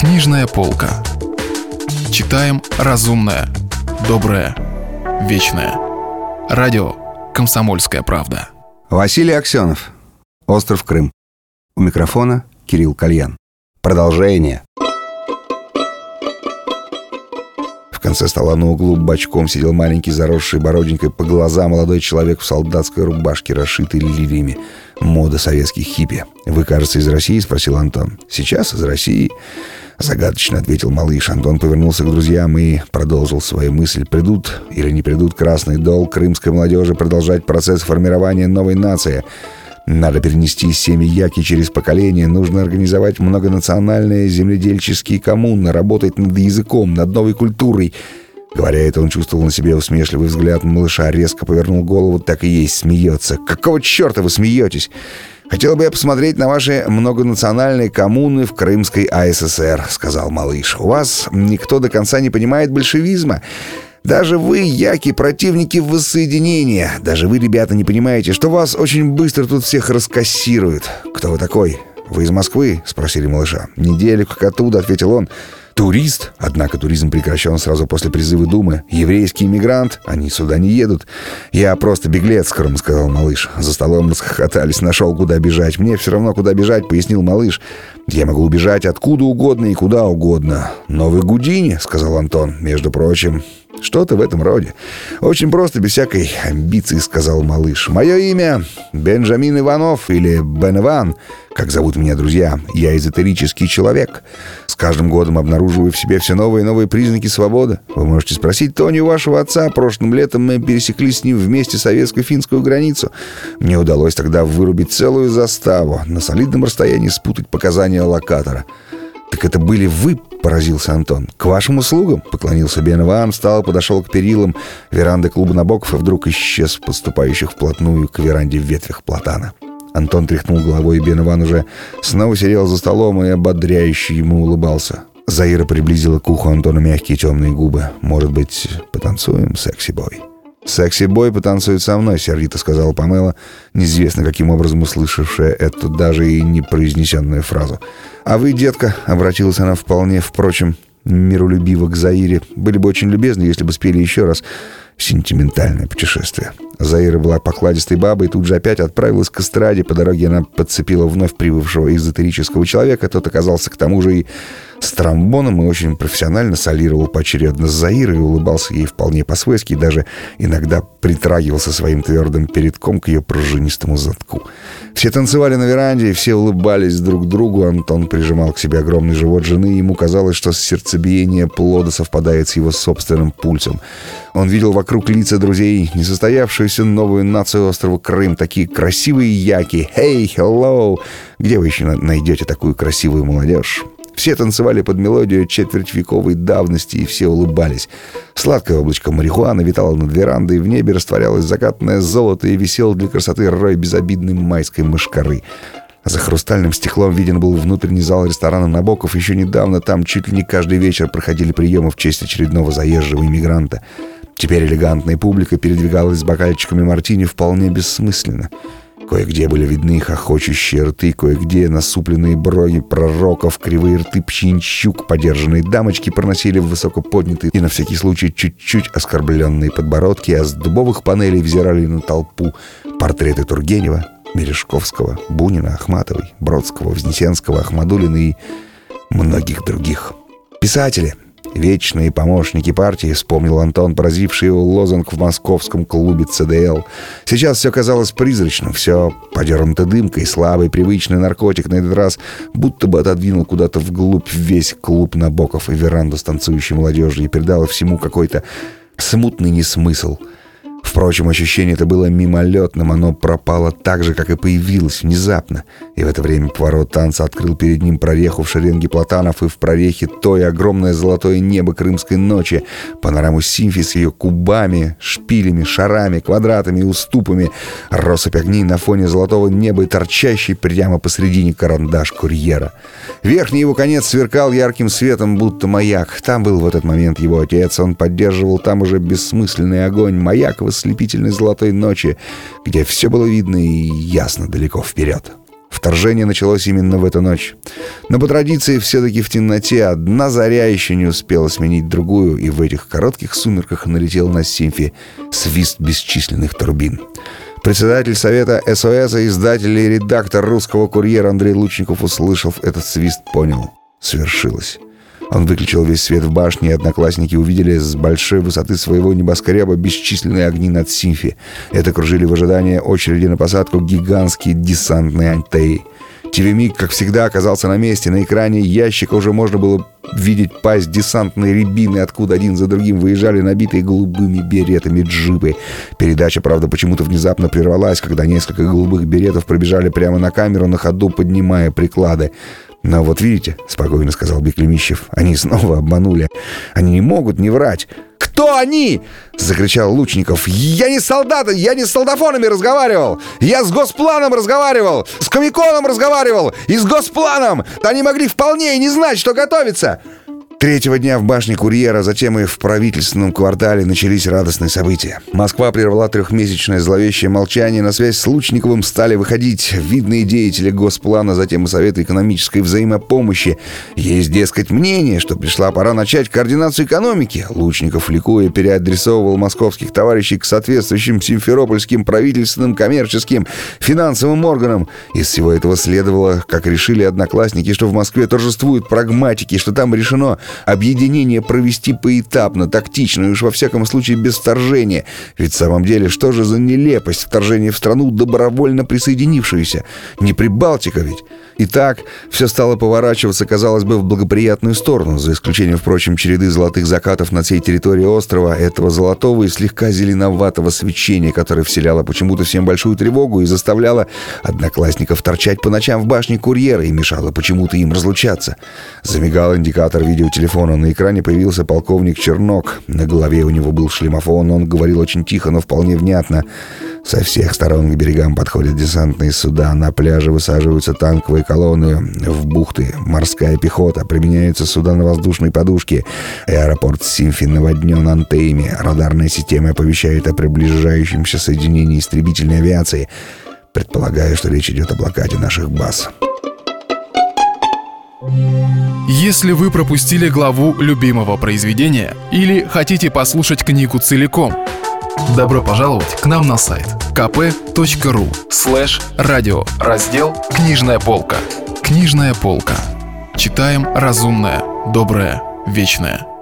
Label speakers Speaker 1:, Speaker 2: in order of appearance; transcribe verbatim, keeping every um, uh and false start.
Speaker 1: Книжная полка. Читаем разумное, доброе, вечное. Радио «Комсомольская правда».
Speaker 2: Василий Аксенов. Остров Крым. У микрофона Кирилл Кальян. Продолжение. В конце стола на углу бочком сидел маленький, заросший бороденькой по глаза молодой человек в солдатской рубашке, расшитой лилиями. Мода советских хиппи. «Вы, кажется, из России?» — спросил Антон. «Сейчас из России», — загадочно ответил малыш. Антон повернулся к друзьям и продолжил свою мысль. Придут или не придут, красный долг крымской молодежи продолжать процесс формирования новой нации. Надо перенести семьи яки через поколение, нужно организовать многонациональные земледельческие коммуны, работать над языком, над новой культурой. Говоря это, он чувствовал на себе усмешливый взгляд малыша, резко повернул голову, так и есть, смеется. «Какого черта вы смеетесь? Хотел бы я посмотреть на ваши многонациональные коммуны в Крымской АССР», — сказал малыш. «У вас никто до конца не понимает большевизма. Даже вы, яки, противники воссоединения. Даже вы, ребята, не понимаете, что вас очень быстро тут всех раскассируют. Кто вы такой? Вы из Москвы?» — спросили малыша. «Неделю как оттуда», — ответил он. «Турист?» Однако туризм прекращен сразу после призыва Думы. «Еврейский иммигрант? Они сюда не едут». «Я просто беглец, скромно сказал малыш». За столом расхохотались, нашел, куда бежать. «Мне все равно, куда бежать», — пояснил малыш. «Я могу убежать откуда угодно и куда угодно». «Но вы Гудини», — сказал Антон. «Между прочим, что-то в этом роде». «Очень просто, без всякой амбиции», — сказал малыш. «Мое имя Бенджамин Иванов или Бен Иван, как зовут меня друзья. Я эзотерический человек. С каждым годом обнаруживаю в себе все новые и новые признаки свободы. Вы можете спросить Тони у вашего отца. Прошлым летом мы пересекли с ним вместе советско-финскую границу. Мне удалось тогда вырубить целую заставу, на солидном расстоянии спутать показания локатора». «Так это были вы?» — поразился Антон. «К вашим услугам», — поклонился Бен Иван, встал, подошел к перилам веранды клуба Набоков и вдруг исчез в подступающих вплотную к веранде в ветвях платана. Антон тряхнул головой, и Бен Иван уже снова сидел за столом и ободряюще ему улыбался. Заира приблизила к уху Антона мягкие темные губы. «Может быть, потанцуем, секси-бой?» «Секси-бой потанцует со мной», — сердито сказала Памела, неизвестно каким образом услышавшая эту даже и не произнесенную фразу. «А вы, детка», — обратилась она вполне, впрочем, миролюбиво к Заире, «были бы очень любезны, если бы спели еще раз «Сентиментальное путешествие». Заира была покладистой бабой и тут же опять отправилась к эстраде. По дороге она подцепила вновь прибывшего эзотерического человека. Тот оказался к тому же и с тромбоном и очень профессионально солировал поочередно с Заирой и улыбался ей вполне по-свойски и даже иногда притрагивался своим твердым передком к ее пружинистому задку. Все танцевали на веранде и все улыбались друг другу. Антон прижимал к себе огромный живот жены, и ему казалось, что сердцебиение плода совпадает с его собственным пульсом. Он видел вокруг лица друзей несостоявшуюся новую нацию острова Крым, такие красивые яки. «Hey, hello!» Где вы еще найдете такую красивую молодежь? Все танцевали под мелодию четвертьвековой давности, и все улыбались. Сладкое облачко марихуаны витало над верандой, в небе растворялось закатное золото и висел для красоты рой безобидной майской мошкары. За хрустальным стеклом виден был внутренний зал ресторана Набоков. Еще недавно там чуть ли не каждый вечер проходили приемы в честь очередного заезжего иммигранта. Теперь элегантная публика передвигалась с бокальчиками мартини вполне бессмысленно. Кое-где были видны хохочущие рты, кое-где насупленные брови пророков, кривые рты пчинчук, подержанные дамочки проносили в высоко поднятые и на всякий случай чуть-чуть оскорбленные подбородки, а с дубовых панелей взирали на толпу портреты Тургенева, Мережковского, Бунина, Ахматовой, Бродского, Вознесенского, Ахмадулина и многих других. Писатели, вечные помощники партии, вспомнил Антон, поразивший его лозунг в московском клубе Цэ Дэ Эл. Сейчас все казалось призрачным, все подернуто дымкой, слабый привычный наркотик на этот раз будто бы отодвинул куда-то вглубь весь клуб Набоков и веранду с танцующей молодежью и придал всему какой-то смутный несмысл. Впрочем, ощущение это было мимолетным, оно пропало так же, как и появилось, внезапно. И в это время поворот танца открыл перед ним прореху в шеренге платанов, и в прорехе то и огромное золотое небо крымской ночи, панораму Симфи с ее кубами, шпилями, шарами, квадратами и уступами, россыпь огней на фоне золотого неба и торчащий прямо посредине карандаш курьера. Верхний его конец сверкал ярким светом, будто маяк. Там был в этот момент его отец, он поддерживал там уже бессмысленный огонь, маяк в ослепительной золотой ночи, где все было видно и ясно далеко вперед. В Вторжение началось именно в эту ночь. Но по традиции все-таки в темноте одна заря еще не успела сменить другую, и в этих коротких сумерках налетел на Симфи свист бесчисленных турбин. Председатель совета эс о эс, издатель и редактор «Русского курьера» Андрей Лучников, услышав этот свист, понял — свершилось. Он выключил весь свет в башне, и одноклассники увидели с большой высоты своего небоскреба бесчисленные огни над Симфи. Это кружили в ожидании очереди на посадку гигантские десантные антеи. ТВМИГ, как всегда, оказался на месте. На экране ящика уже можно было видеть пасть десантной рябины, откуда один за другим выезжали набитые голубыми беретами джипы. Передача, правда, почему-то внезапно прервалась, когда несколько голубых беретов пробежали прямо на камеру, на ходу поднимая приклады. «Но вот видите», — спокойно сказал Беклемищев, — «они снова обманули. Они не могут не врать». «Кто они?» — закричал Лучников. «Я не с солдатами, я не с солдафонами разговаривал. Я с Госпланом разговаривал, с Комиконом разговаривал и с Госпланом. Они могли вполне и не знать, что готовится». Третьего дня в башне Курьера, затем и в правительственном квартале начались радостные события. Москва прервала трехмесячное зловещее молчание. На связь с Лучниковым стали выходить видные деятели Госплана, затем и Совета экономической взаимопомощи. Есть, дескать, мнение, что пришла пора начать координацию экономики. Лучников, ликуя, переадресовывал московских товарищей к соответствующим симферопольским правительственным, коммерческим, финансовым органам. Из всего этого следовало, как решили одноклассники, что в Москве торжествуют прагматики, что там решено объединение провести поэтапно, тактично и уж во всяком случае без вторжения. Ведь в самом деле, что же за нелепость вторжения в страну, добровольно присоединившуюся? Не Прибалтика ведь? Итак, все стало поворачиваться, казалось бы, в благоприятную сторону, за исключением, впрочем, череды золотых закатов на всей территории острова, этого золотого и слегка зеленоватого свечения, которое вселяло почему-то всем большую тревогу и заставляло одноклассников торчать по ночам в башне Курьера и мешало почему-то им разлучаться. Замигал индикатор видеотелефона. На экране появился полковник Чернок. На голове у него был шлемофон, он говорил очень тихо, но вполне внятно. Со всех сторон к берегам подходят десантные суда, на пляже высаживаются танковые колонны, в бухты морская пехота, применяются суда на воздушной подушке. Аэропорт Симфи наводнен антеями, радарная система оповещает о приближающемся соединении истребительной авиации. Предполагаю, что речь идет о блокаде наших баз.
Speaker 1: Если вы пропустили главу любимого произведения или хотите послушать книгу целиком, добро пожаловать к нам на сайт kp.ru слэш радио, раздел «Книжная полка». Книжная полка. Читаем разумное, доброе, вечное.